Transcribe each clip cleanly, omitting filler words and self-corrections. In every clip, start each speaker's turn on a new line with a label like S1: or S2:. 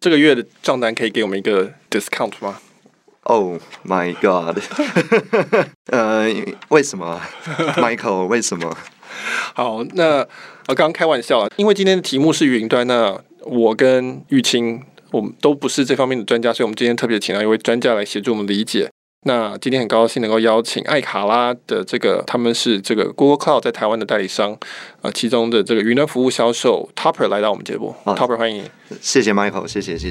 S1: 这个月的账单可以给我们一个 discount 吗
S2: ？Oh my god！ 为什么 ，Michael？ 为什么？
S1: 好，那刚刚开玩笑了，因为今天的题目是云端，那我跟玉清我们都不是这方面的专家，所以我们今天特别请到一位专家来协助我们理解。那今天很高兴能够邀请艾卡拉的他们是这个 Google Cloud 在台湾的代理商，其中的这个云端服务销售 Topper 来到我们节目。Topper 欢迎。
S2: 谢谢 Michael， 谢谢。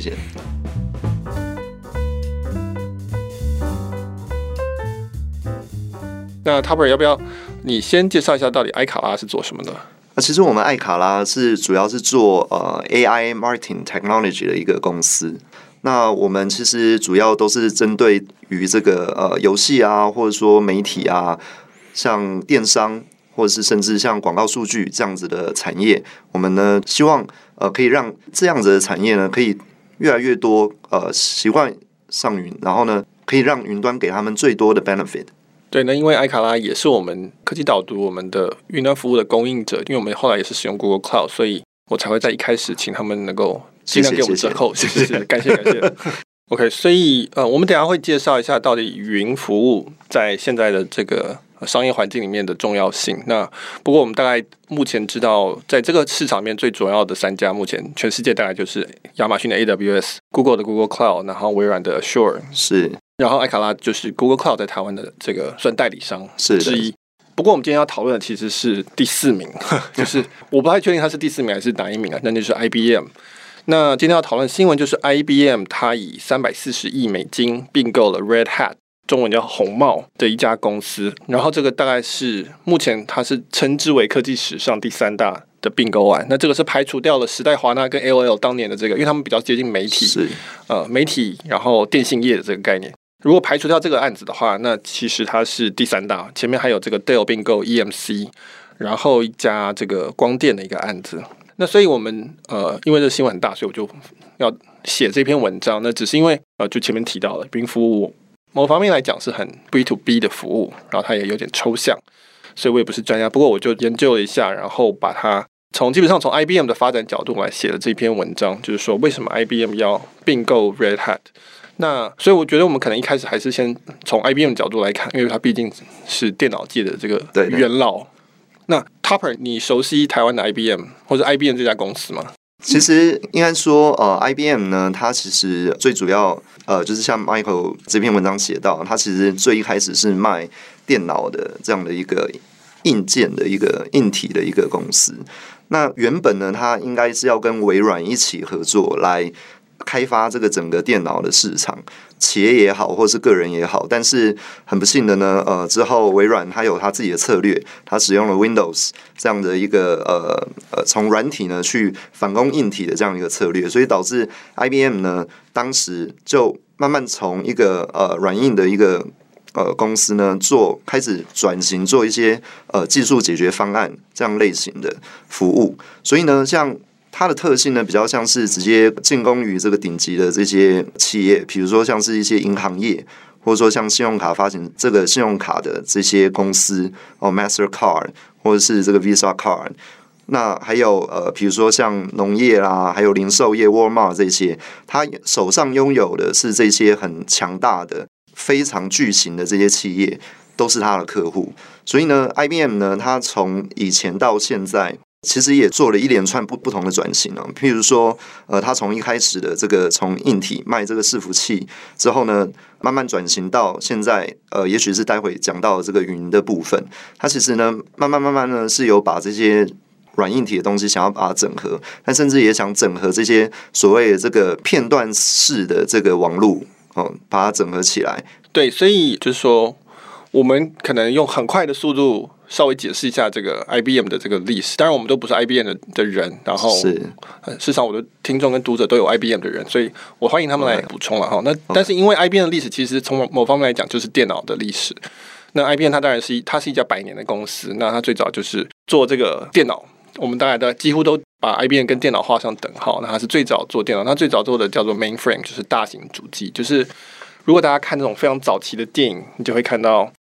S1: 那 Topper 要不要你先介绍一下到底艾卡拉是做什么的？
S2: 其实我们艾卡拉主要是做AI Marketing Technology 的一个公司。那我们其实主要都是针对于这个游戏啊，或者说媒体啊，像电商，或者是甚至像广告数据这样子的产业，我们呢希望可以让这样子的产业呢可以越来越多习惯上云，然后呢可以让云端给他们最多的 benefit。对，
S1: 那因为艾卡拉也是我们科技导读我们的云端服务的供应者，因为我们后来也是使用 Google Cloud， 所以我才会在一开始请他们能够尽量给我们折扣，谢谢，感谢。OK， 所以我们等一下会介绍一下到底云服务在现在的这个商业环境里面的重要性。那不过我们大概目前知道，在这个市场里面最主要的3家，目前全世界大概就是亚马逊的 AWS、Google 的 Google Cloud， 然后微软的 Azure
S2: 是，
S1: 然后艾卡拉就是 Google Cloud 在台湾的这个算代理商之一。不过我们今天要讨论的其实是第4名，就是我不太确定它是第4名还是哪一名啊，那就是 IBM。那今天要讨论新闻就是 IBM 它以340亿美金并购了 Red Hat， 中文叫红帽的一家公司，然后这个大概是目前它是称之为科技史上第3大的并购案。那这个是排除掉了时代华纳跟 AOL 当年的这个，因为他们比较接近媒体，媒体然后电信业的这个概念。如果排除掉这个案子的话，那其实它是第3大，前面还有这个 Dell 并购 EMC， 然后一家这个光电的一个案子。那所以我们因为这新闻很大，所以我就要写这篇文章。那只是因为就前面提到了云服务某方面来讲是很 B2B 的服务，然后它也有点抽象，所以我也不是专家。不过我就研究了一下，然后把它基本上从 IBM 的发展角度来写了这篇文章，就是说为什么 IBM 要并购 Red Hat。那所以我觉得我们可能一开始还是先从 IBM 角度来看，因为它毕竟是电脑界的这个元老。那 Topper， 你熟悉台湾的 IBM 或者 IBM 这家公司吗？
S2: 其实应该说IBM 呢，它其实最主要就是像 Michael 这篇文章写到，它其实最一开始是卖电脑的这样的一个硬件的一个硬体的一个公司。那原本呢，它应该是要跟微软一起合作来开发这个整个电脑的市场，企业也好，或是个人也好。但是很不幸的呢，之后微软它有它自己的策略，它使用了 Windows 这样的一个从软体呢去反攻硬体的这样一个策略，所以导致 IBM 呢当时就慢慢从一个软硬的一个公司呢开始转型做一些技术解决方案这样类型的服务。所以呢，像它的特性呢，比较像是直接进攻于这个顶级的这些企业，比如说像是一些银行业，或者说像信用卡发行这个信用卡的这些公司Mastercard 或者是这个 Visa Card。那还有比如说像农业啦，还有零售业 Walmart 这些，他手上拥有的是这些很强大的、非常巨型的这些企业，都是他的客户。所以呢 ，IBM 呢，它从以前到现在，其实也做了一连串不同的转型哦。譬如说，它从一开始的这个从硬体卖这个伺服器之后呢，慢慢转型到现在，也许是待会讲到这个云的部分。它其实呢，慢慢呢是有把这些软硬体的东西想要把它整合，但甚至也想整合这些所谓的这个片段式的这个网络把它整合起来。
S1: 对，所以就是说，我们可能用很快的速度稍微解释一下这个 IBM 的这个历史。当然，我们都不是 IBM 的人，然后事实上我的听众跟读者都有 IBM 的人，所以我欢迎他们来补充了哈。那但是因为 IBM 的历史其实从某方面来讲就是电脑的历史。那 IBM 它当然是一家100年的公司，那它最早就是做这个电脑。我们大概几乎都把 IBM 跟电脑画上等号。那它是最早做电脑，它最早做的叫做 mainframe， 就是大型主机。就是如果大家看这种非常早期的电影，你就会看到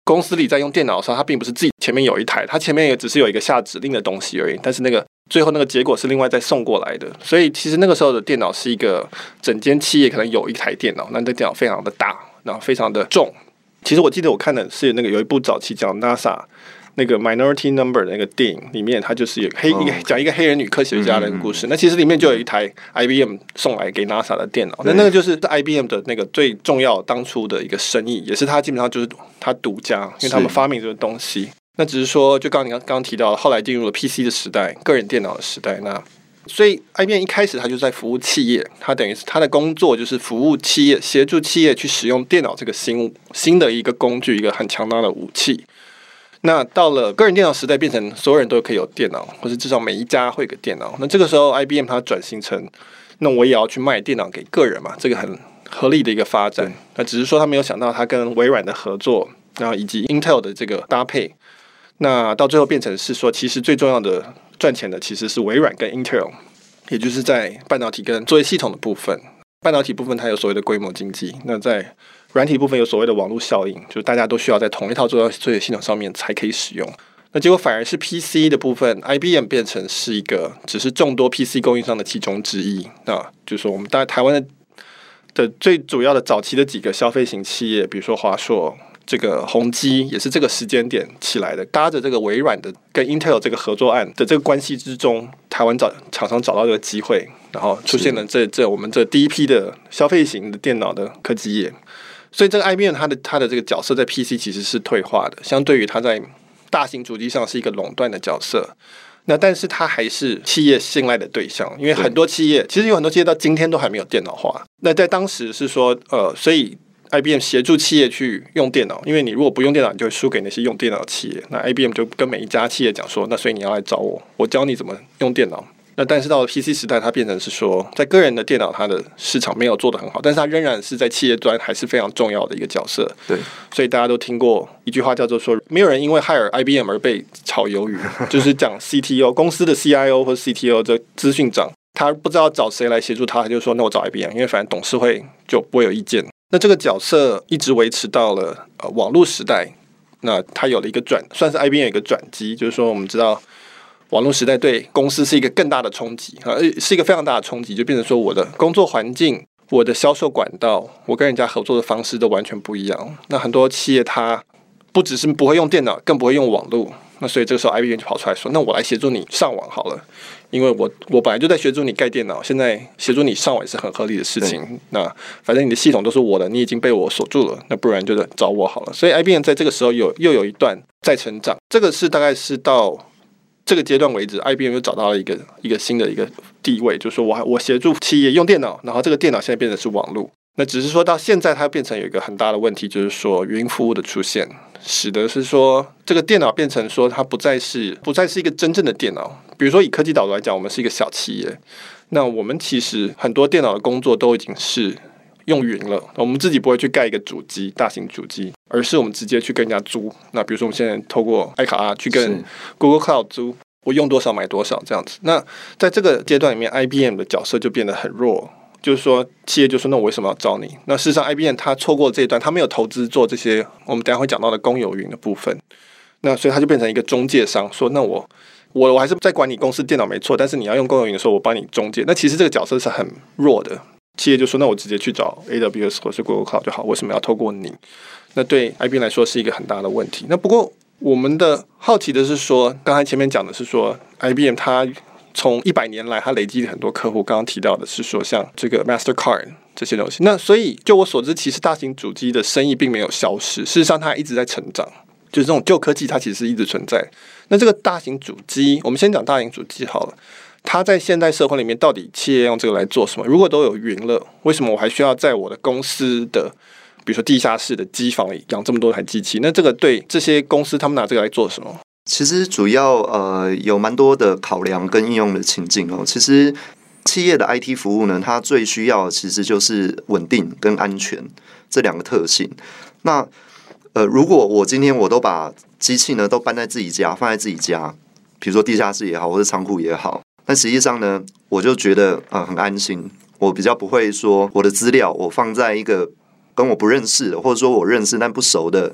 S1: 公司里在用电脑的时候，它并不是自己前面有一台，它前面也只是有一个下指令的东西而已，但是那个最后那个结果是另外再送过来的。所以其实那个时候的电脑是一个整间企业可能有一台电脑，那这电脑非常的大，然后非常的重。其实我记得我看的是那个有一部早期讲 NASA 那个 Minority Number 的那个电影里面，它就是有讲一个黑人女科学家的一个故事。那其实里面就有一台 IBM 送来给 NASA 的电脑，那个就是 IBM 的那个最重要当初的一个生意，也是它基本上就是它独家，因为他们发明这个东西。那只是说，就你刚刚提到的，后来进入了 PC 的时代，个人电脑的时代。那所以 IBM 一开始它就在服务企业，它等于是它的工作就是服务企业，协助企业去使用电脑这个新的一个工具，一个很强大的武器。那到了个人电脑时代，变成所有人都可以有电脑，或是至少每一家会有个电脑。那这个时候 IBM 它转型成，那我也要去卖电脑给个人嘛，这个很合理的一个发展。那只是说他没有想到他跟微软的合作，然后以及 Intel 的这个搭配，那到最后变成是说，其实最重要的赚钱的其实是微软跟 Intel， 也就是在半导体跟作业系统的部分。半导体部分它有所谓的规模经济，那在软体部分有所谓的网络效应，就是大家都需要在同一套作业系统上面才可以使用。那结果反而是 PC 的部分 ，IBM 变成是一个只是众多 PC 供应商的其中之一。那就是说我们大概台湾的最主要的早期的几个消费型企业，比如说华硕、这个宏基，也是这个时间点起来的，搭着这个微软的跟 Intel 这个合作案的这个关系之中，台湾厂商找到这个机会，然后出现了我们这第一批的消费型的电脑的科技业。所以这个 IBM 它的这个角色在 PC 其实是退化的，相对于它在大型主机上是一个垄断的角色。那但是它还是企业信赖的对象，因为很多企业其实有很多企业到今天都还没有电脑化。那在当时是说所以 IBM 协助企业去用电脑，因为你如果不用电脑，你就会输给那些用电脑的企业。那 IBM 就跟每一家企业讲说，那所以你要来找我，我教你怎么用电脑。那但是到了 PC 时代，它变成是说，在个人的电脑，它的市场没有做得很好，但是它仍然是在企业端还是非常重要的一个角色。
S2: 对，
S1: 所以大家都听过一句话叫做说，没有人因为害尔 IBM 而被炒鱿鱼，就是讲 CTO 公司的 CIO 或 CTO 的资讯长，他不知道找谁来协助他，他就说那我找 IBM， 因为反正董事会就不会有意见。那这个角色一直维持到了网络时代，那它有了一个算是 IBM 有一个转机，就是说我们知道。网络时代对公司是一个更大的冲击，是一个非常大的冲击，就变成说我的工作环境、我的销售管道、我跟人家合作的方式都完全不一样。那很多企业它不只是不会用电脑，更不会用网络。那所以这个时候 IBM 就跑出来说：“那我来协助你上网好了，因为我本来就在协助你盖电脑，现在协助你上网也是很合理的事情。那反正你的系统都是我的，你已经被我锁住了，那不然就找我好了。”所以 IBM 在这个时候又有一段在成长，这个是大概是到。这个阶段为止 ，IBM 又找到了一个新的一个地位，就是说我协助企业用电脑，然后这个电脑现在变成是网络。那只是说到现在，它变成有一个很大的问题，就是说云服务的出现，使得是说这个电脑变成说它不再是一个真正的电脑。比如说以科技岛来讲，我们是一个小企业，那我们其实很多电脑的工作都已经是用云了，我们自己不会去盖一个主机，大型主机，而是我们直接去跟人家租。那比如说我们现在透过 iCloud 去跟 Google Cloud 租，我用多少买多少这样子。那在这个阶段里面 ，IBM 的角色就变得很弱，就是说企业就说那我为什么要找你？那事实上 IBM 它错过这一段，它没有投资做这些我们等一下会讲到的公有云的部分。那所以它就变成一个中介商，说那我还是在管你公司电脑没错，但是你要用公有云的时候，我帮你中介。那其实这个角色是很弱的。企业就说：“那我直接去找 AWS 或是 Google Cloud 就好，为什么要透过你？”那对 IBM 来说是一个很大的问题。那不过我们的好奇的是说，刚才前面讲的是说 ，IBM 它从100年来，它累积了很多客户。刚刚提到的是说，像这个 Mastercard 这些东西。那所以就我所知，其实大型主机的生意并没有消失，事实上它一直在成长。就是这种旧科技，它其实一直存在。那这个大型主机，我们先讲大型主机好了。它在现代社会里面，到底企业用这个来做什么？如果都有云了，为什么我还需要在我的公司的，比如说地下室的机房里养这么多台机器？那这个对这些公司，他们拿这个来做什么？
S2: 其实主要有蛮多的考量跟应用的情境哦。其实企业的 IT 服务呢，它最需要的其实就是稳定跟安全这两个特性。那如果我今天我都把机器呢都搬在自己家，放在自己家，比如说地下室也好，或者仓库也好。但实际上呢，我就觉得很安心，我比较不会说我的资料我放在一个跟我不认识的，或者说我认识但不熟的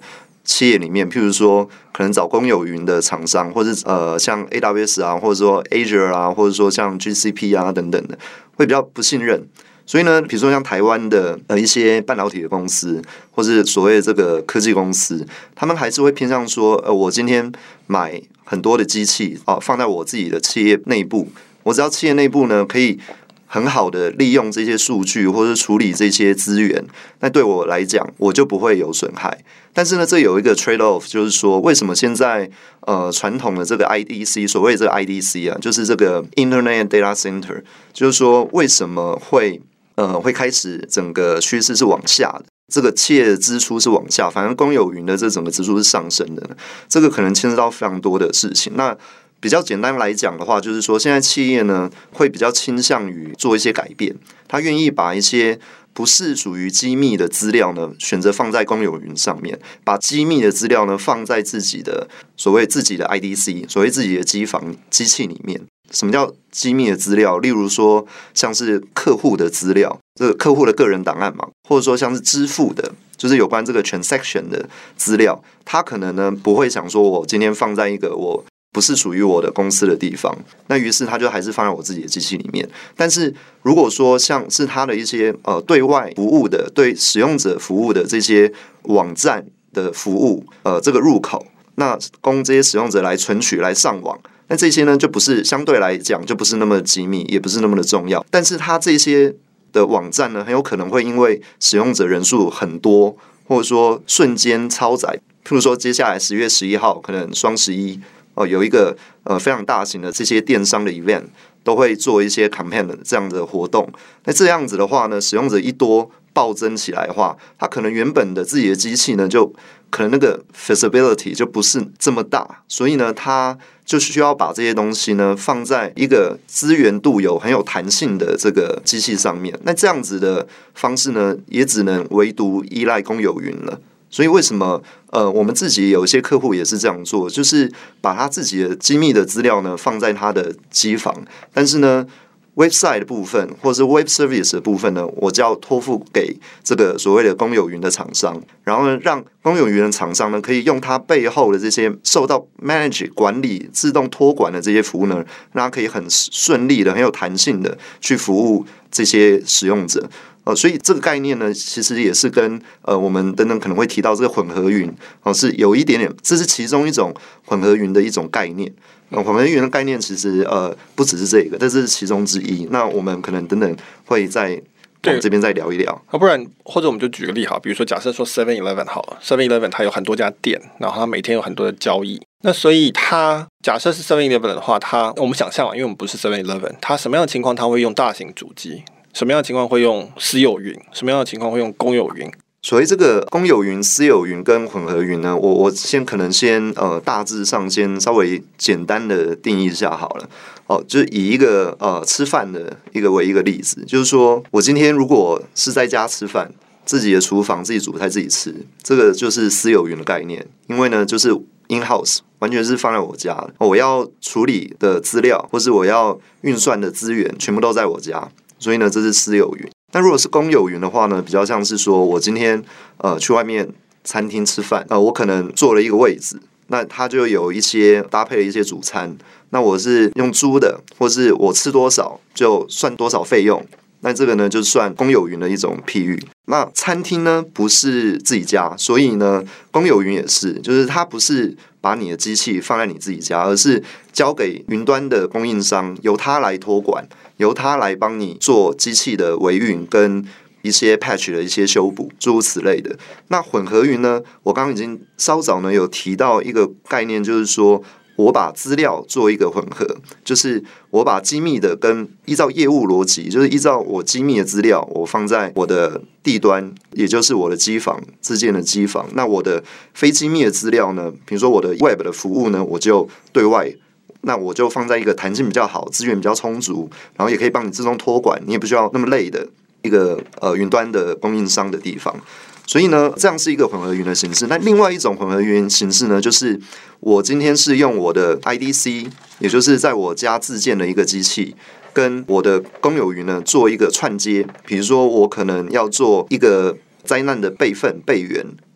S2: 企业里面，譬如说可能找公有云的厂商，或者像 AWS 啊，或者说 Azure 啊，或者说像 GCP 啊等等的，会比较不信任。所以呢，比如说像台湾的一些半导体的公司，或是所谓的这个科技公司，他们还是会偏向说，我今天买很多的机器放在我自己的企业内部，我只要企业内部呢可以很好的利用这些数据，或者处理这些资源，那对我来讲，我就不会有损害。但是呢，这有一个 trade off， 就是说，为什么现在传统的这个 IDC， 所谓这个 IDC 啊，就是这个 Internet Data Center， 就是说为什么会开始整个趋势是往下的，这个企业的支出是往下，反正公有云的这整个支出是上升的，这个可能牵涉到非常多的事情。那比较简单来讲的话，就是说现在企业呢会比较倾向于做一些改变，他愿意把一些不是属于机密的资料呢，选择放在公有云上面，把机密的资料呢放在自己的所谓自己的 IDC， 所谓自己的机器里面。什么叫机密的资料？例如说像是客户的资料，这个客户的个人档案嘛，或者说像是支付的，就是有关这个 transaction 的资料，他可能呢不会想说我今天放在一个我不是属于我的公司的地方，那于是他就还是放在我自己的机器里面。但是如果说像是他的一些对外服务的、对使用者服务的这些网站的服务，这个入口，那供这些使用者来存取、来上网，那这些呢就不是相对来讲就不是那么机密，也不是那么的重要。但是它这些的网站呢，很有可能会因为使用者人数很多，或者说瞬间超载，譬如说接下来10月11号可能双11。有一个非常大型的这些电商的 event 都会做一些 campaign 的这样的活动。那这样子的话呢，使用者一多暴增起来的话，他可能原本的自己的机器呢，就可能那个 feasibility 就不是这么大，所以呢，他就需要把这些东西呢放在一个资源度很有弹性的这个机器上面。那这样子的方式呢，也只能唯独依赖公有云了。所以为什么我们自己有一些客户也是这样做，就是把他自己的机密的资料呢放在他的机房，但是呢 website 的部分或者是 web service 的部分呢，我就要托付给这个所谓的公有云的厂商，然后呢让公有云的厂商呢可以用它背后的这些受到 manage 管理、自动托管的这些服务呢，让它可以很顺利的、很有弹性的去服务这些使用者。所以这个概念呢，其实也是跟我们等等可能会提到这个混合云是有一点点，这是其中一种混合云的一种概念。混合云的概念其实不只是这个，但是其中之一。那我们可能等等会在这边再聊一聊。
S1: 不然或者我们就举个例好，比如说假设说 7-Eleven 好了 ，7-Eleven 它有很多家店，然后它每天有很多的交易。那所以它假设是 7-Eleven 的话，我们想象因为我们不是 7-Eleven， 它什么样的情况它会用大型主机？什么样的情况会用私有云？什么样的情况会用公有云？
S2: 所以这个公有云、私有云跟混合云呢，我可能先大致上先稍微简单的定义一下好了。就是以一个吃饭的为一个例子，就是说我今天如果是在家吃饭，自己的厨房自己煮菜自己吃，这个就是私有云的概念。因为呢，就是 in house 完全是放在我家，我要处理的资料或是我要运算的资源全部都在我家。所以呢，这是私有云。那如果是公有云的话呢，比较像是说我今天去外面餐厅吃饭，我可能坐了一个位置，那它就有一些搭配了一些主餐，那我是用租的，或是我吃多少就算多少费用，那这个呢就算公有云的一种譬喻。那餐厅呢不是自己家，所以呢公有云也是，就是它不是把你的机器放在你自己家，而是交给云端的供应商，由它来托管，由它来帮你做机器的维运跟一些 patch 的一些修补，诸如此类的。那混合云呢，我刚刚已经稍早呢有提到一个概念，就是说我把资料做一个混合，就是我把机密的跟依照业务逻辑，就是依照我机密的资料，我放在我的地端，也就是我的机房自建的机房。那我的非机密的资料呢，比如说我的 web 的服务呢，我就对外，那我就放在一个弹性比较好、资源比较充足，然后也可以帮你自动托管，你也不需要那么累的一个云端的供应商的地方。所以呢，这样是一个混合云的形式。那另外一种混合云形式呢，就是我今天是用我的 IDC， 也就是在我家自建的一个机器，跟我的公有云呢做一个串接。比如说，我可能要做一个灾难的备援，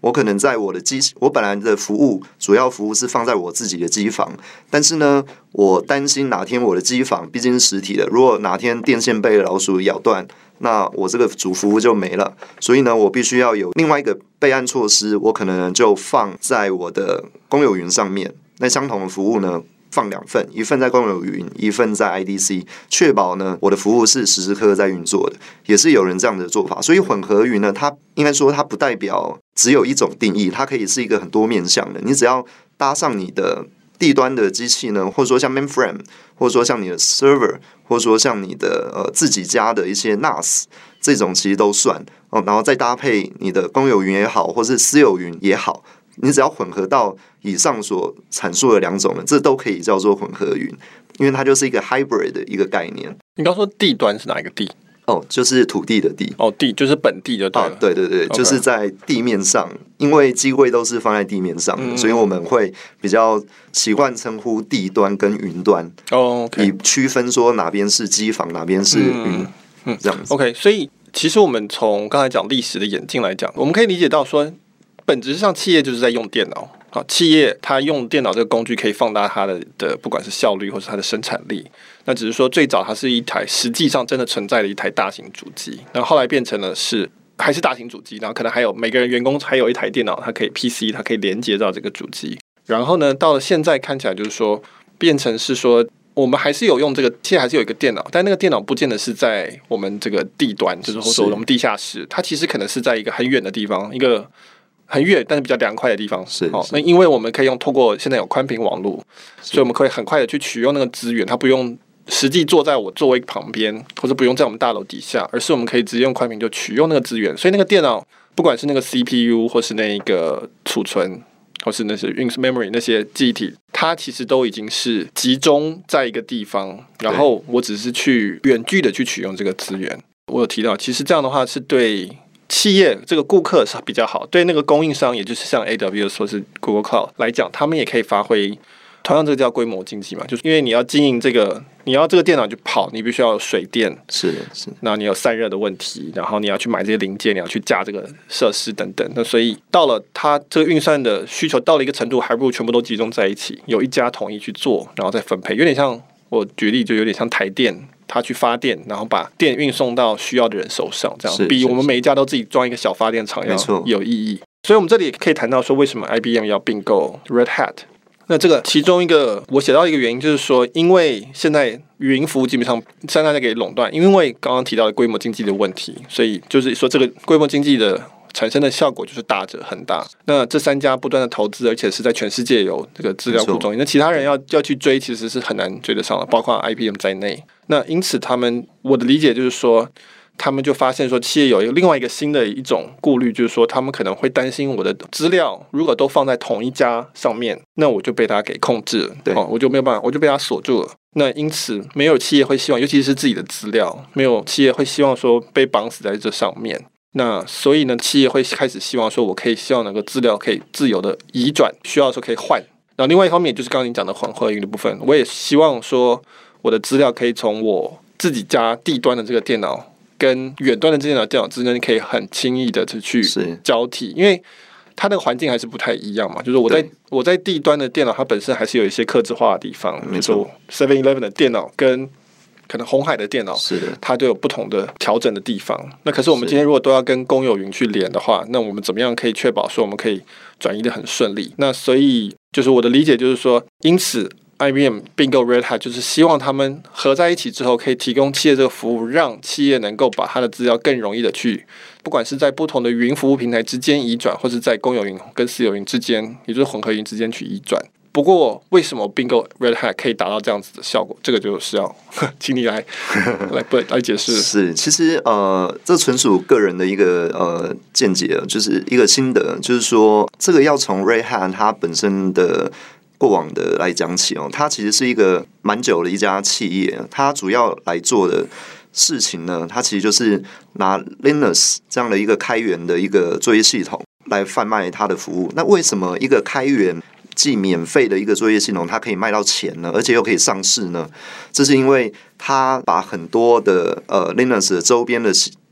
S2: 我可能在我本来的主要服务是放在我自己的机房，但是呢，我担心哪天我的机房毕竟是实体的，如果哪天电线被老鼠咬断，那我这个主服务就没了。所以呢，我必须要有另外一个备案措施，我可能就放在我的公有云上面。那相同的服务呢，放2份，一份在公有云，一份在 IDC， 确保呢我的服务是时时刻刻在运作的，也是有人这样的做法。所以混合云呢，它应该说它不代表只有一种定义，它可以是一个很多面向的。你只要搭上你的地端的机器呢，或者说像 mainframe， 或者说像你的 server， 或者说像你的自己家的一些 NAS， 这种其实都算然后再搭配你的公有云也好，或是私有云也好。你只要混合到以上所阐述的2种呢，这都可以叫做混合云，因为它就是一个 hybrid 的一个概念。
S1: 你刚说地端是哪一个地？
S2: 就是土地的地。
S1: 地就是本地就对了。
S2: 对对对， 就是在地面上，因为机柜都是放在地面上的，所以我们会比较习惯称呼地端跟云端以区分说哪边是机房，哪边是云这样子。
S1: OK， 所以其实我们从刚才讲历史的演进来讲，我们可以理解到说，本质上企业就是在用电脑。企业它用电脑这个工具可以放大它的不管是效率或是它的生产力。那只是说最早它是一台实际上真的存在的一台大型主机，然后后来变成了还是大型主机，然后可能还有每个人员工还有一台电脑，它可以 PC， 它可以连接到这个主机。然后呢，到了现在看起来就是说变成是说我们还是有用这个，现在还是有一个电脑，但那个电脑不见得是在我们这个地端，就是或者说我们地下室，它其实可能是在一个很远的地方，一个很远但是比较凉快的地方。那因为我们可以透过现在有宽频网络，所以我们可以很快的去取用那个资源，它不用实际坐在我座位旁边，或者不用在我们大楼底下，而是我们可以直接用宽频就取用那个资源。所以那个电脑不管是那个 CPU 或是那个储存或是那些 memory 那些记忆体，它其实都已经是集中在一个地方，然后我只是去远距的去取用这个资源。我有提到其实这样的话是对企业这个顾客是比较好，对那个供应商也就是像 AWS 或是 Google Cloud 来讲，他们也可以发挥同样这个叫规模经济嘛，就是因为你要经营这个，你要这个电脑就跑，你必须要有水电，
S2: 是，
S1: 那你有散热的问题，然后你要去买这些零件，你要去架这个设施等等。那所以到了它这个运算的需求到了一个程度，还不如全部都集中在一起，有一家统一去做，然后再分配，有点像我举例，就有点像台电。他去发电，然后把电运送到需要的人手上，这样比我们每一家都自己装一个小发电厂要有意义。所以我们这里也可以谈到说，为什么 IBM 要并购 Red Hat。那这个其中一个我写到一个原因，就是说，因为现在云服务基本上三大家给垄断，因为刚刚提到的规模经济的问题，所以就是说这个规模经济的产生的效果就是大者恒大。那这3家不断的投资，而且是在全世界有这个资料库中心，那其他人要去追，其实是很难追得上的，包括 IBM 在内。那因此我的理解就是说，他们就发现说，企业有另外一个新的一种顾虑，就是说他们可能会担心我的资料如果都放在同一家上面，那我就被他给控制了，我就没有办法，我就被他锁住了。那因此没有企业会希望，尤其是自己的资料，没有企业会希望说被绑死在这上面。那所以呢，企业会开始希望说，我可以希望那个资料可以自由的移转，需要的时候可以换。然后另外一方面就是刚刚你讲的混合云的部分，我也希望说我的资料可以从我自己家地端的这个电脑跟远端的这电脑之间可以很轻易的去交替，因为它那个环境还是不太一样嘛。就是我在地端的电脑，它本身还是有一些客制化的地方，
S2: 没错。
S1: 7-Eleven 的电脑跟可能鸿海的电脑，
S2: 是的，
S1: 它都有不同的调整的地方。那可是我们今天如果都要跟公有云去连的话，那我们怎么样可以确保说我们可以转移的很顺利？那所以就是我的理解就是说，因此 IBM 并购 Red Hat 就是希望他们合在一起之后，可以提供企业这个服务，让企业能够把它的资料更容易的去，不管是在不同的云服务平台之间移转，或是在公有云跟私有云之间，也就是混合云之间去移转。不过，为什么并购 Red Hat 可以达到这样子的效果？这个就是要请你来解释。
S2: 是，其实这纯属个人的一个见解，就是一个心得，就是说这个要从 Red Hat 它本身的过往的来讲起哦，它其实是一个蛮久的一家企业，它主要来做的事情呢，它其实就是拿 Linux 这样的一个开源的一个作业系统来贩卖它的服务。那为什么一个开源既免费的一个作业系统，它可以卖到钱呢，而且又可以上市呢？这是因为它把很多的Linux 的周边的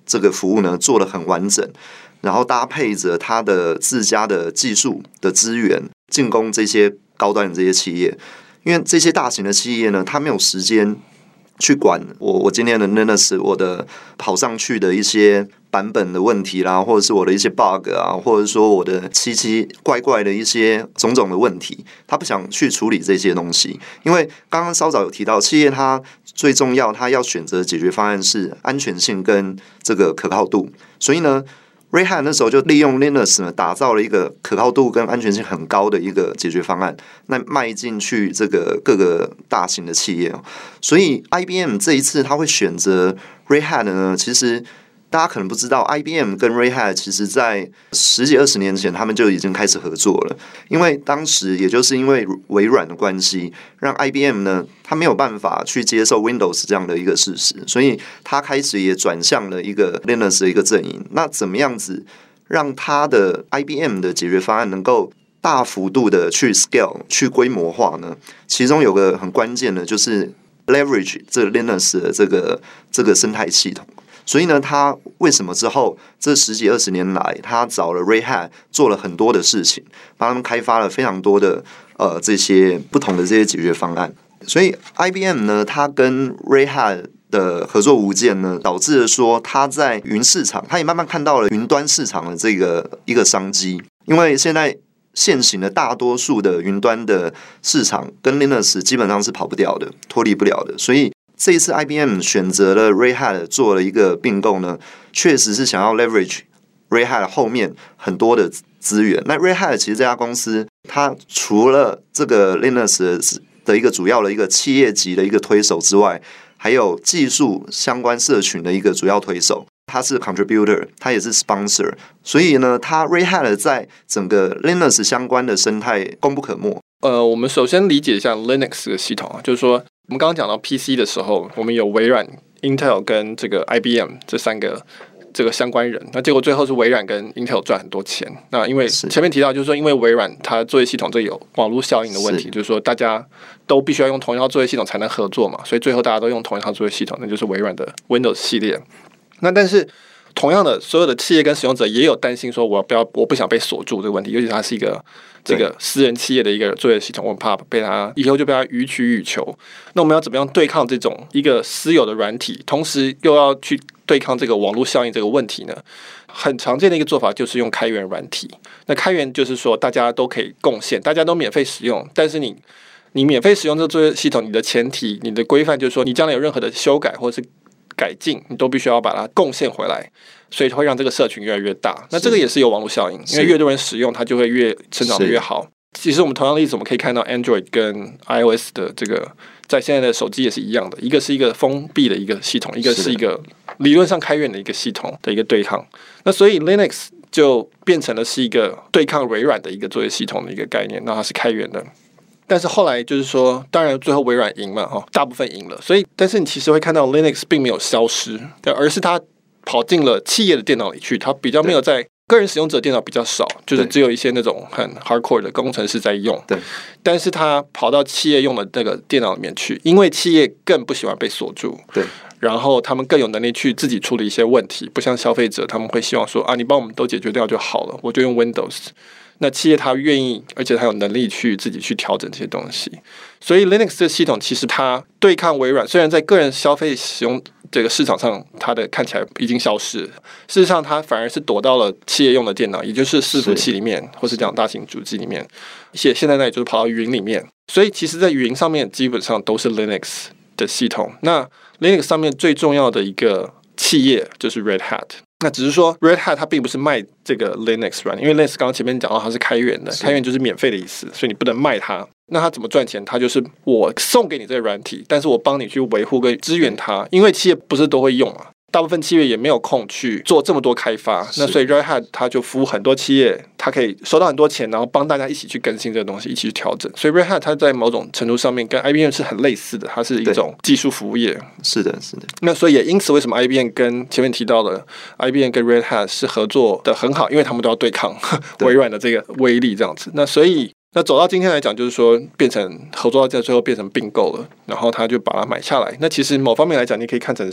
S2: 这个服务呢做得很完整，然后搭配着它的自家的技术的资源进攻这些高端的这些企业。因为这些大型的企业呢，它没有时间去管我今天的 Linux 我的跑上去的一些版本的问题啦，或者是我的一些 bug 啊，或者说我的奇奇怪怪的一些种种的问题，他不想去处理这些东西。因为刚刚稍早有提到，企业它最重要，它要选择解决方案是安全性跟这个可靠度，所以呢Red Hat 那时候就利用 Linux 呢，打造了一个可靠度跟安全性很高的一个解决方案，那迈进去这个各个大型的企业。所以 IBM 这一次他会选择 Red Hat 呢，其实大家可能不知道 ，IBM 跟 Red Hat 其实在10几20年前他们就已经开始合作了。因为当时也就是因为微软的关系，让 IBM 呢，他没有办法去接受 Windows 这样的一个事实，所以他开始也转向了一个 Linux 的一个阵营。那怎么样子让他的 IBM 的解决方案能够大幅度的去 scale 去规模化呢？其中有个很关键的就是 leverage 这个 Linux 的这个生态系统。所以呢，他为什么之后这10几20年来，他找了 Red Hat 做了很多的事情，帮他们开发了非常多的这些不同的这些解决方案。所以 IBM 呢，它跟 Red Hat 的合作无间呢，导致了说它在云市场，它也慢慢看到了云端市场的这个一个商机。因为现在现行的大多数的云端的市场跟 Linux 基本上是跑不掉的，脱离不了的，所以这一次 IBM 选择了 Red Hat 做了一个并购呢，确实是想要 leverage Red Hat 后面很多的资源。那 Red Hat 其实这家公司，它除了这个 Linux 的一个主要的一个企业级的一个推手之外，还有技术相关社群的一个主要推手，它是 contributor， 它也是 sponsor， 所以呢，它 Red Hat 在整个 Linux 相关的生态功不可没。
S1: 我们首先理解一下 Linux 的系统啊，就是说我们刚刚讲到 PC 的时候，我们有微软、Intel 跟这个 IBM 这3个这个相关人，那结果最后是微软跟 Intel 赚很多钱。那因为前面提到，就是说因为微软它作业系统这有网络效应的问题，就是说大家都必须要用同一套作业系统才能合作嘛，所以最后大家都用同一套作业系统，那就是微软的 Windows 系列。那但是同样的，所有的企业跟使用者也有担心说我不想被锁住这个问题，尤其它是一个这个私人企业的一个作业系统，我怕被它以后就被它予取予求。那我们要怎么样对抗这种一个私有的软体，同时又要去对抗这个网络效应这个问题呢？很常见的一个做法就是用开源软体。那开源就是说大家都可以贡献，大家都免费使用，但是你免费使用这个作业系统，你的前提、你的规范就是说，你将来有任何的修改或者是改进，你都必须要把它贡献回来，所以会让这个社群越来越大。那这个也是有网络效应，因为越多人使用，它就会越成长得越好。其实我们同样的例子，我们可以看到 Android 跟 iOS 的这个在现在的手机也是一样的，一个是一个封闭的一个系统，一个是一个理论上开源的一个系统的一个对抗。那所以 Linux 就变成了是一个对抗微软的一个作业系统的一个概念，那它是开源的。但是后来就是说，当然最后微软赢嘛，大部分赢了。所以，但是你其实会看到 Linux 并没有消失，而是它跑进了企业的电脑里去，它比较没有在个人使用者电脑比较少，就是只有一些那种很 hardcore 的工程师在用。
S2: 对，
S1: 但是它跑到企业用的那个电脑里面去，因为企业更不喜欢被锁住。
S2: 对。
S1: 然后他们更有能力去自己处理一些问题，不像消费者，他们会希望说啊，你帮我们都解决掉就好了，我就用 Windows。那企业它愿意，而且它有能力去自己去调整这些东西。所以 Linux 这个系统其实它对抗微软，虽然在个人消费使用这个市场上，它的看起来已经消失了，事实上它反而是躲到了企业用的电脑，也就是伺服器里面，或是讲大型主机里面。现在呢，也就是跑到云里面。所以其实，在云上面基本上都是 Linux 的系统。那 Linux 上面最重要的一个企业就是 Red Hat。那只是说 Red Hat 它并不是卖这个 Linux 软，因为 Linux 刚刚前面讲到它是开源的，开源就是免费的意思，所以你不能卖它。那它怎么赚钱？它就是我送给你这个软体，但是我帮你去维护跟支援它，因为企业不是都会用嘛。大部分企业也没有空去做这么多开发，那所以 Red Hat 它就服务很多企业，它可以收到很多钱，然后帮大家一起去更新这个东西，一起去调整。所以 Red Hat 它在某种程度上面跟 IBM 是很类似的，它是一种技术服务业。
S2: 是的，是的。那
S1: 所以也因此，为什么 IBM 跟前面提到的 IBM 跟 Red Hat 是合作的很好，因为他们都要对抗微软的这个威力，这样子。那所以。那走到今天来讲，就是说变成合作到最后变成并购了，然后他就把它买下来。那其实某方面来讲，你可以看成是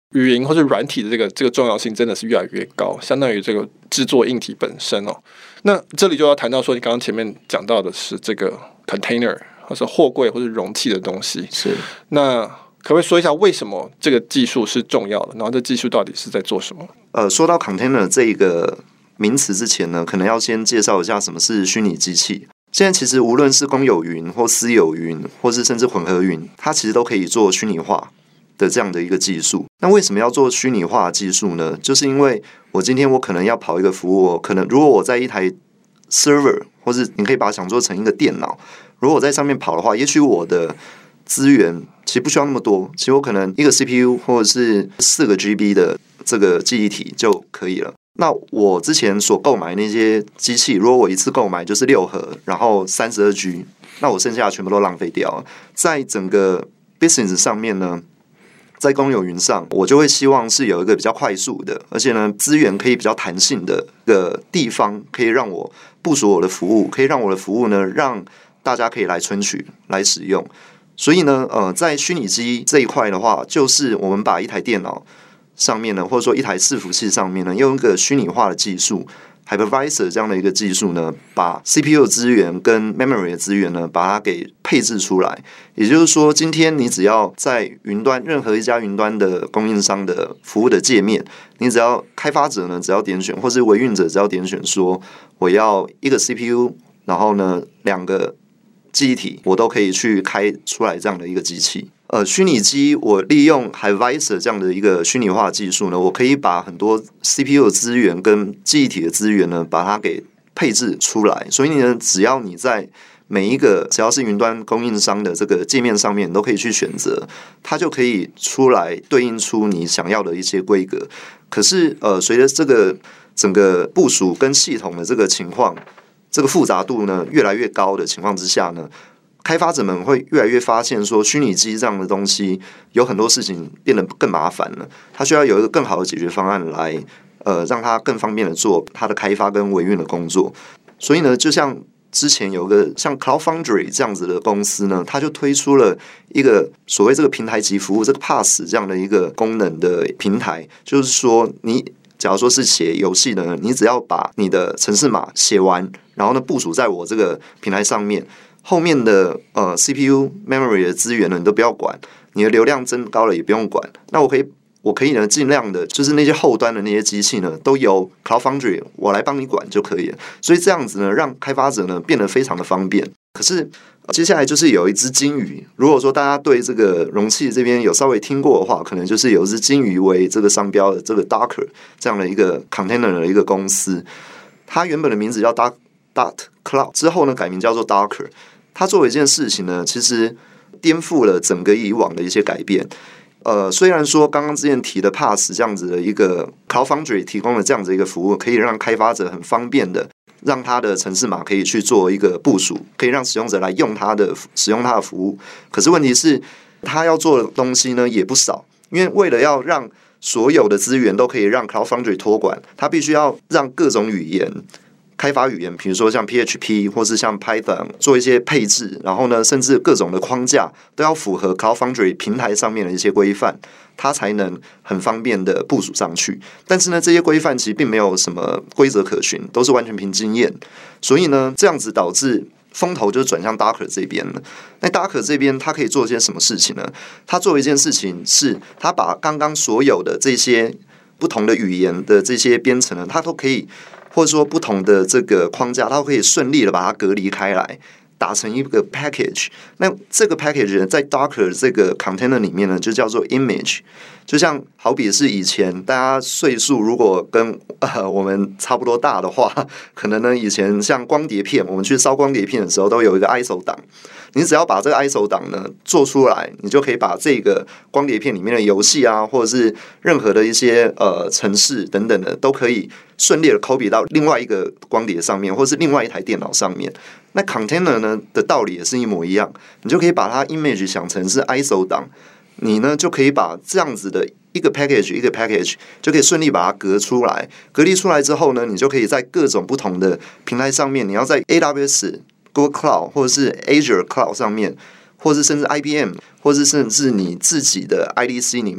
S1: 语音或者软体的这个重要性真的是越来越高，相当于这个制作硬体本身哦。那这里就要谈到说，你刚刚前面讲到的是这个 container 或者货柜或者容器的东西。
S2: 是，
S1: 那可不可以说一下为什么这个技术是重要的？然后这技术到底是在做什么？
S2: 说到 container 这个名词之前呢，可能要先介绍一下什么是虚拟机器。现在其实无论是公有云或私有云，或是甚至混合云，它其实都可以做虚拟化的这样的一个技术。那为什么要做虚拟化的技术呢？就是因为我今天我可能要跑一个服务，可能如果我在一台 server， 或是你可以把它想做成一个电脑，如果我在上面跑的话，也许我的资源其实不需要那么多，其实我可能一个 CPU 或者是4个 GB 的这个记忆体就可以了。那我之前所购买那些机器，如果我一次购买就是6盒，然后32G， 那我剩下的全部都浪费掉了。在整个 business 上面呢，在公有云上，我就会希望是有一个比较快速的，而且呢资源可以比较弹性的一个地方，可以让我部署我的服务，可以让我的服务呢让大家可以来存取来使用。所以呢，在虚拟机这一块的话，就是我们把一台电脑上面呢，或者说一台伺服器上面呢，用一个虚拟化的技术 hypervisor 这样的一个技术呢，把 CPU 的资源跟 memory 的资源呢，把它给配置出来。也就是说，今天你只要在云端任何一家云端的供应商的服务的界面，你只要开发者呢，只要点选，或是维运者只要点选说我要一个 CPU， 然后呢2个记忆体，我都可以去开出来这样的一个机器。虚拟机我利用 hypervisor 这样的一个虚拟化技术呢，我可以把很多 CPU 的资源跟记忆体的资源呢，把它给配置出来。所以呢，只要你在每一个只要是云端供应商的这个界面上面，你都可以去选择，它就可以出来对应出你想要的一些规格。可是随着这个整个部署跟系统的这个情况，这个复杂度呢越来越高的情况之下呢，开发者们会越来越发现说，虚拟机这样的东西有很多事情变得更麻烦了，它需要有一个更好的解决方案来让它更方便的做它的开发跟维运的工作。所以呢，就像之前有个像 Cloud Foundry 这样子的公司呢，它就推出了一个所谓这个平台级服务，这个 PaaS 这样的一个功能的平台，就是说你假如说是写游戏的，你只要把你的程式码写完，然后呢部署在我这个平台上面，后面的CPU memory 的资源呢，你都不要管，你的流量增高了也不用管。那我可以呢尽量的，就是那些后端的那些机器呢，都由 Cloud Foundry 我来帮你管就可以了。所以这样子呢，让开发者呢变得非常的方便。可是接下来就是有一只金鱼，如果说大家对这个容器这边有稍微听过的话，可能就是有一只金鱼为这个商标的这个 Docker 这样的一个 container 的一个公司，它原本的名字叫 Dot.Cloud， 之后呢改名叫做 Docker。它做了一件事情呢，其实颠覆了整个以往的一些改变。虽然说刚刚之前提的 PaaS 这样子的一个 Cloud Foundry 提供了这样子一个服务，可以让开发者很方便的让他的程式码可以去做一个部署，可以让使用者来使用他的服务。可是问题是，他要做的东西呢也不少，因为为了要让所有的资源都可以让 Cloud Foundry 托管，他必须要让各种语言开发语言，比如说像 PHP 或是像 Python 做一些配置，然后呢，甚至各种的框架都要符合 Cloud Foundry 平台上面的一些规范，它才能很方便的部署上去。但是呢，这些规范其实并没有什么规则可循，都是完全凭经验。所以呢，这样子导致风头就转向 Docker 这边了。那 Docker 这边它可以做一些什么事情呢？它做一件事情是，它把刚刚所有的这些不同的语言的这些编程呢，它都可以，或者说不同的这个框架，它可以顺利的把它隔离开来，打成一个 package。那这个 package 呢，在 Docker 这个 container 里面呢，就叫做 image。就像好比是以前大家岁数如果跟我们差不多大的话，可能呢以前像光碟片，我们去烧光碟片的时候都有一个 ISO 档，你只要把这个 ISO 档呢做出来，你就可以把这个光碟片里面的游戏啊，或者是任何的一些程式等等的，都可以顺利的 copy 到另外一个光碟上面，或是另外一台电脑上面。那 container 呢的道理也是一模一样，你就可以把它 image 想成是 ISO 档，你呢就可以把这样子的一个 package 就可以顺利把它隔出来。隔离出来之后呢，你就可以在各种不同的平台上面，你要在 AWS、Google Cloud 或者是 Azure Cloud 上面，或是甚至 IBM， 或是甚至你自己的 IDC 里面，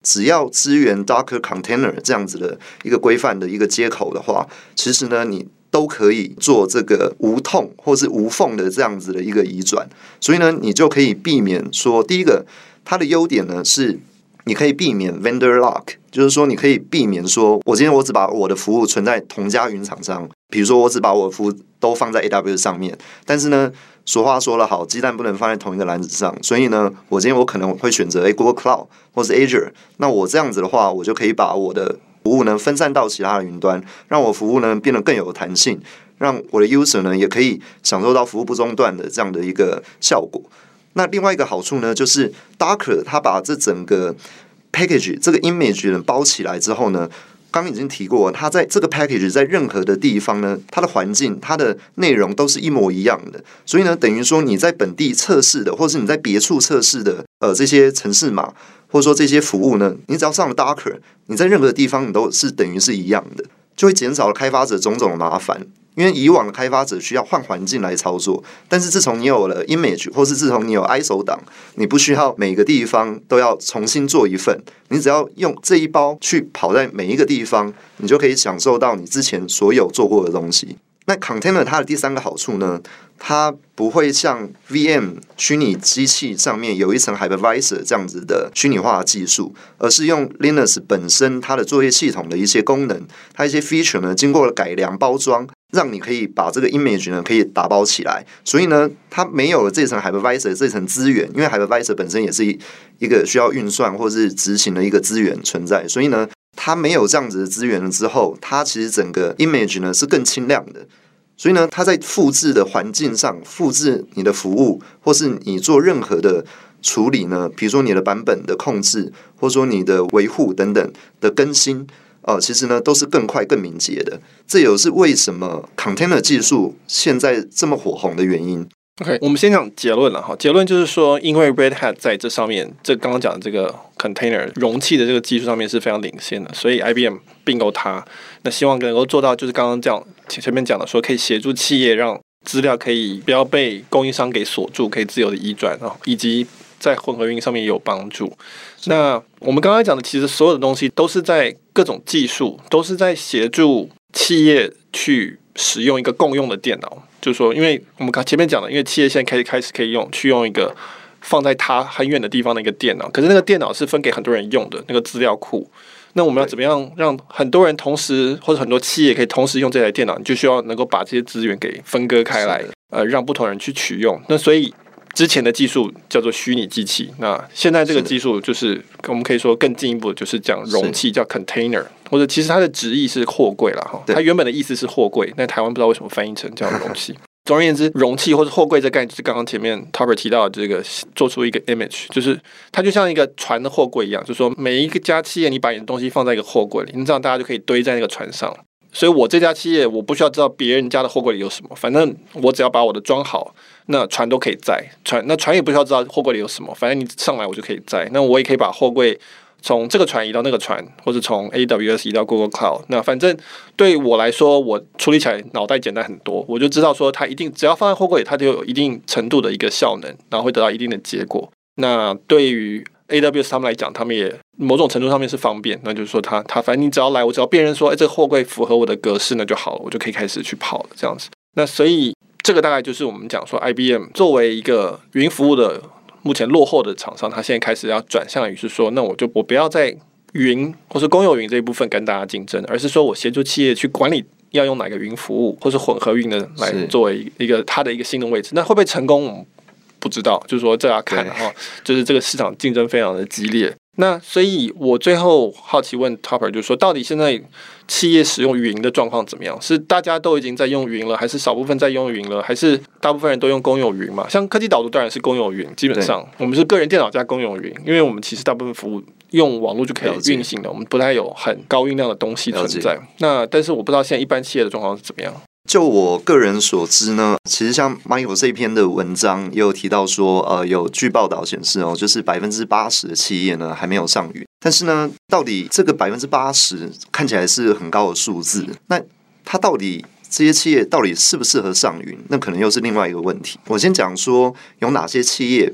S2: 只要支援 Docker Container 这样子的一个规范的一个接口的话，其实呢你都可以做这个无痛或是无缝的这样子的一个移转，所以呢你就可以避免说，第一个它的优点呢是你可以避免 vendor lock， 就是说你可以避免说我今天我只把我的服务存在同家云厂商，比如说我只把我的服务都放在 AWS 上面，但是呢俗话说得好，鸡蛋不能放在同一个篮子上，所以呢我今天我可能会选择Google Cloud 或是 Azure， 那我这样子的话我就可以把我的服务呢分散到其他的云端，让我服务呢变得更有弹性，让我的 user 呢也可以享受到服务不中断的这样的一个效果。那另外一个好处呢，就是 Docker 它把这整个 package 这个 image 呢包起来之后呢，刚刚已经提过，它在这个 package 在任何的地方呢，它的环境、它的内容都是一模一样的，所以呢，等于说你在本地测试的，或是你在别处测试的这些程式码，或者说这些服务呢，你只要上了 Docker， 你在任何地方你都是等于是一样的，就会减少了开发者种种的麻烦。因为以往的开发者需要换环境来操作，但是自从你有了 image， 或是自从你有 ISO 档，你不需要每个地方都要重新做一份，你只要用这一包去跑在每一个地方，你就可以享受到你之前所有做过的东西。那 container 它的第三个好处呢，它不会像 VM 虚拟机器上面有一层 hypervisor 这样子的虚拟化的技术，而是用 Linux 本身它的作业系统的一些功能，它一些 feature 呢经过了改良包装，让你可以把这个 image 呢可以打包起来，所以呢它没有了这层 hypervisor 这层资源，因为 hypervisor 本身也是一个需要运算或是执行的一个资源存在，所以呢它没有这样子的资源了之后，它其实整个 image 呢是更轻量的，所以呢它在复制的环境上，复制你的服务或是你做任何的处理呢，比如说你的版本的控制，或者说你的维护等等的更新，其实呢都是更快更敏捷的。这也是为什么 container 技术现在这么火红的原因。
S1: OK， 我们先讲结论了哈。结论就是说，因为 Red Hat 在这上面，这刚刚讲的这个 container 容器的这个技术上面是非常领先的，所以 IBM 并购它，那希望能够做到就是刚刚讲前面讲的说，可以协助企业让资料可以不要被供应商给锁住，可以自由的移转，以及在混合云上面也有帮助。那我们刚刚讲的，其实所有的东西都是在各种技术，都是在协助企业去使用一个共用的电脑。就是说，因为我们前面讲的，因为企业现在开始可以去用一个放在它很远的地方的一个电脑，可是那个电脑是分给很多人用的那个资料库。那我们要怎么样让很多人同时，或者很多企业可以同时用这台电脑？你就需要能够把这些资源给分割开来，让不同人去取用。那所以之前的技术叫做虚拟机器，那现在这个技术就是我们可以说更进一步，就是讲容器叫 container， 或者其实它的直译是货柜啦，它原本的意思是货柜，但台湾不知道为什么翻译成叫容器。总而言之，容器或者货柜这概念就是刚刚前面 Topper 提到的这个做出一个 image， 就是它就像一个船的货柜一样，就是说每一个家企业你把你的东西放在一个货柜里，这样大家就可以堆在那个船上。所以我这家企业我不需要知道别人家的货柜里有什么，反正我只要把我的装好，那船都可以载。那船也不需要知道货柜里有什么，反正你上来我就可以载。那我也可以把货柜从这个船移到那个船，或者从 AWS 移到 Google Cloud。那反正对我来说，我处理起来脑袋简单很多，我就知道说它一定只要放在货柜里，它就有一定程度的一个效能，然后会得到一定的结果。那对于 AWS 他们来讲，他们也某种程度上面是方便，那就是说它反正你只要来，我只要辨认说，这个货柜符合我的格式，那就好了，我就可以开始去跑了这样子。那所以这个大概就是我们讲说 IBM 作为一个云服务的目前落后的厂商，它现在开始要转向于是说，那我不要在云或是公有云这一部分跟大家竞争，而是说我协助企业去管理要用哪个云服务，或是混合云的来作为一个它的一个新的位置。那会不会成功？我们不知道，就是说这要看哈，就是这个市场竞争非常的激烈。那所以我最后好奇问 Topper， 就是说到底现在企业使用云的状况怎么样？是大家都已经在用云了，还是少部分在用云了，还是大部分人都用公有云嘛？像科技导读当然是公有云，基本上我们是个人电脑加公有云，因为我们其实大部分服务用网络就可以运行的，我们不太有很高运量的东西存在。那但是我不知道现在一般企业的状况是怎么样。
S2: 就我个人所知呢，其实像 Michael 这篇的文章也有提到说，有据报道显示就是 80% 的企业呢还没有上云。但是呢，到底这个 80% 看起来是很高的数字，那它到底这些企业到底适不适合上云，那可能又是另外一个问题。我先讲说有哪些企业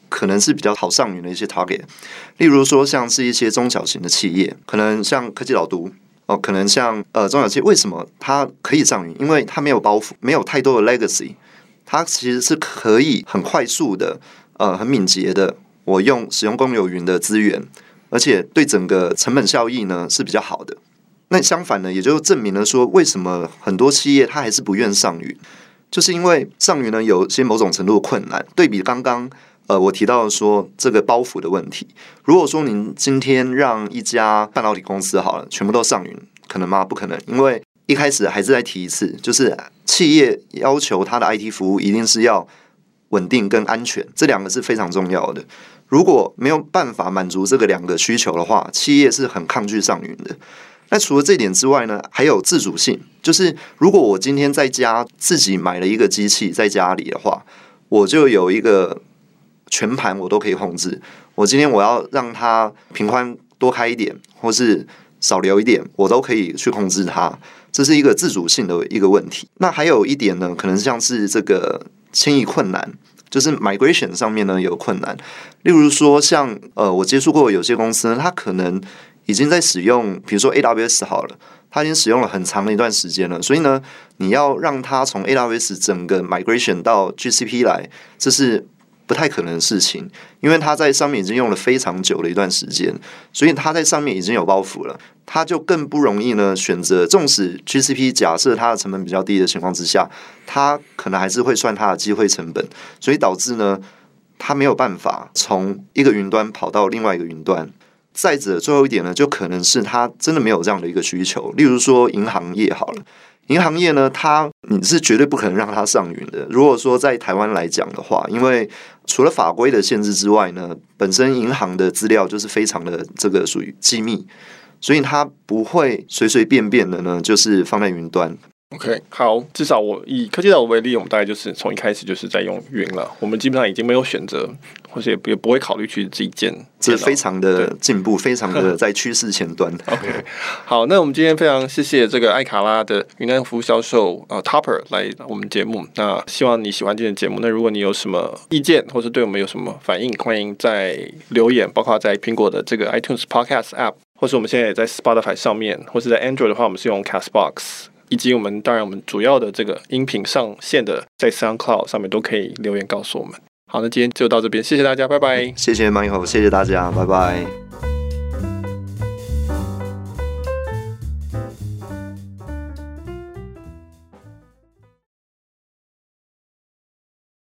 S2: 可能是比较好上云的一些 target， 例如说像是一些中小型的企业，可能像科技老都可能像中小企业，为什么它可以上云？因为它没有包袱，没有太多的 legacy， 它其实是可以很快速的很敏捷的，我使用公有云的资源，而且对整个成本效益呢是比较好的。那相反呢，也就证明了说，为什么很多企业它还是不愿上云，就是因为上云呢有些某种程度的困难。对比刚刚我提到说这个包袱的问题，如果说您今天让一家半导体公司好了，全部都上云，可能吗？不可能，因为一开始还是再提一次，就是企业要求它的 IT 服务一定是要稳定跟安全，这两个是非常重要的。如果没有办法满足这个两个需求的话，企业是很抗拒上云的。那除了这点之外呢，还有自主性，就是如果我今天在家自己买了一个机器在家里的话，我就有一个全盘我都可以控制。我今天我要让它频宽多开一点，或是少留一点，我都可以去控制它。这是一个自主性的一个问题。那还有一点呢，可能像是这个迁移困难，就是 migration 上面呢有困难。例如说像我接触过有些公司呢，它可能已经在使用，比如说 AWS 好了，它已经使用了很长的一段时间了，所以呢，你要让它从 AWS 整个 migration 到 GCP 来，这是不太可能的事情，因为它在上面已经用了非常久的一段时间，所以它在上面已经有包袱了，它就更不容易呢选择。纵使 GCP 假设它的成本比较低的情况之下，它可能还是会算它的机会成本，所以导致呢，它没有办法从一个云端跑到另外一个云端。再者，最后一点呢，就可能是它真的没有这样的一个需求。例如说银行业好了，银行业呢，你是绝对不可能让它上云的。如果说在台湾来讲的话，因为除了法规的限制之外呢，本身银行的资料就是非常的这个属于机密，所以它不会随随便便的呢，就是放在云端。
S1: OK， 好，至少我以科技岛为例，我们大概就是从一开始就是在用云了，我们基本上已经没有选择，或者也不会考虑去自己建，
S2: 这非常的进步，非常的在趋势前端。
S1: OK， 好，那我们今天非常谢谢这个艾卡拉的云端服务销售Topper 来我们节目。那希望你喜欢今天的节目。那如果你有什么意见，或是对我们有什么反应，欢迎在留言，包括在苹果的这个 iTunes Podcast App， 或是我们现在也在 Spotify 上面，或是在 Android 的话，我们是用 Castbox。以及我们主要的这个音频上线的在 SoundCloud 上面都可以留言告诉我们。好，那今天就到这边，谢谢大家，拜拜。
S2: 谢谢 Michael， 谢谢大家，拜拜。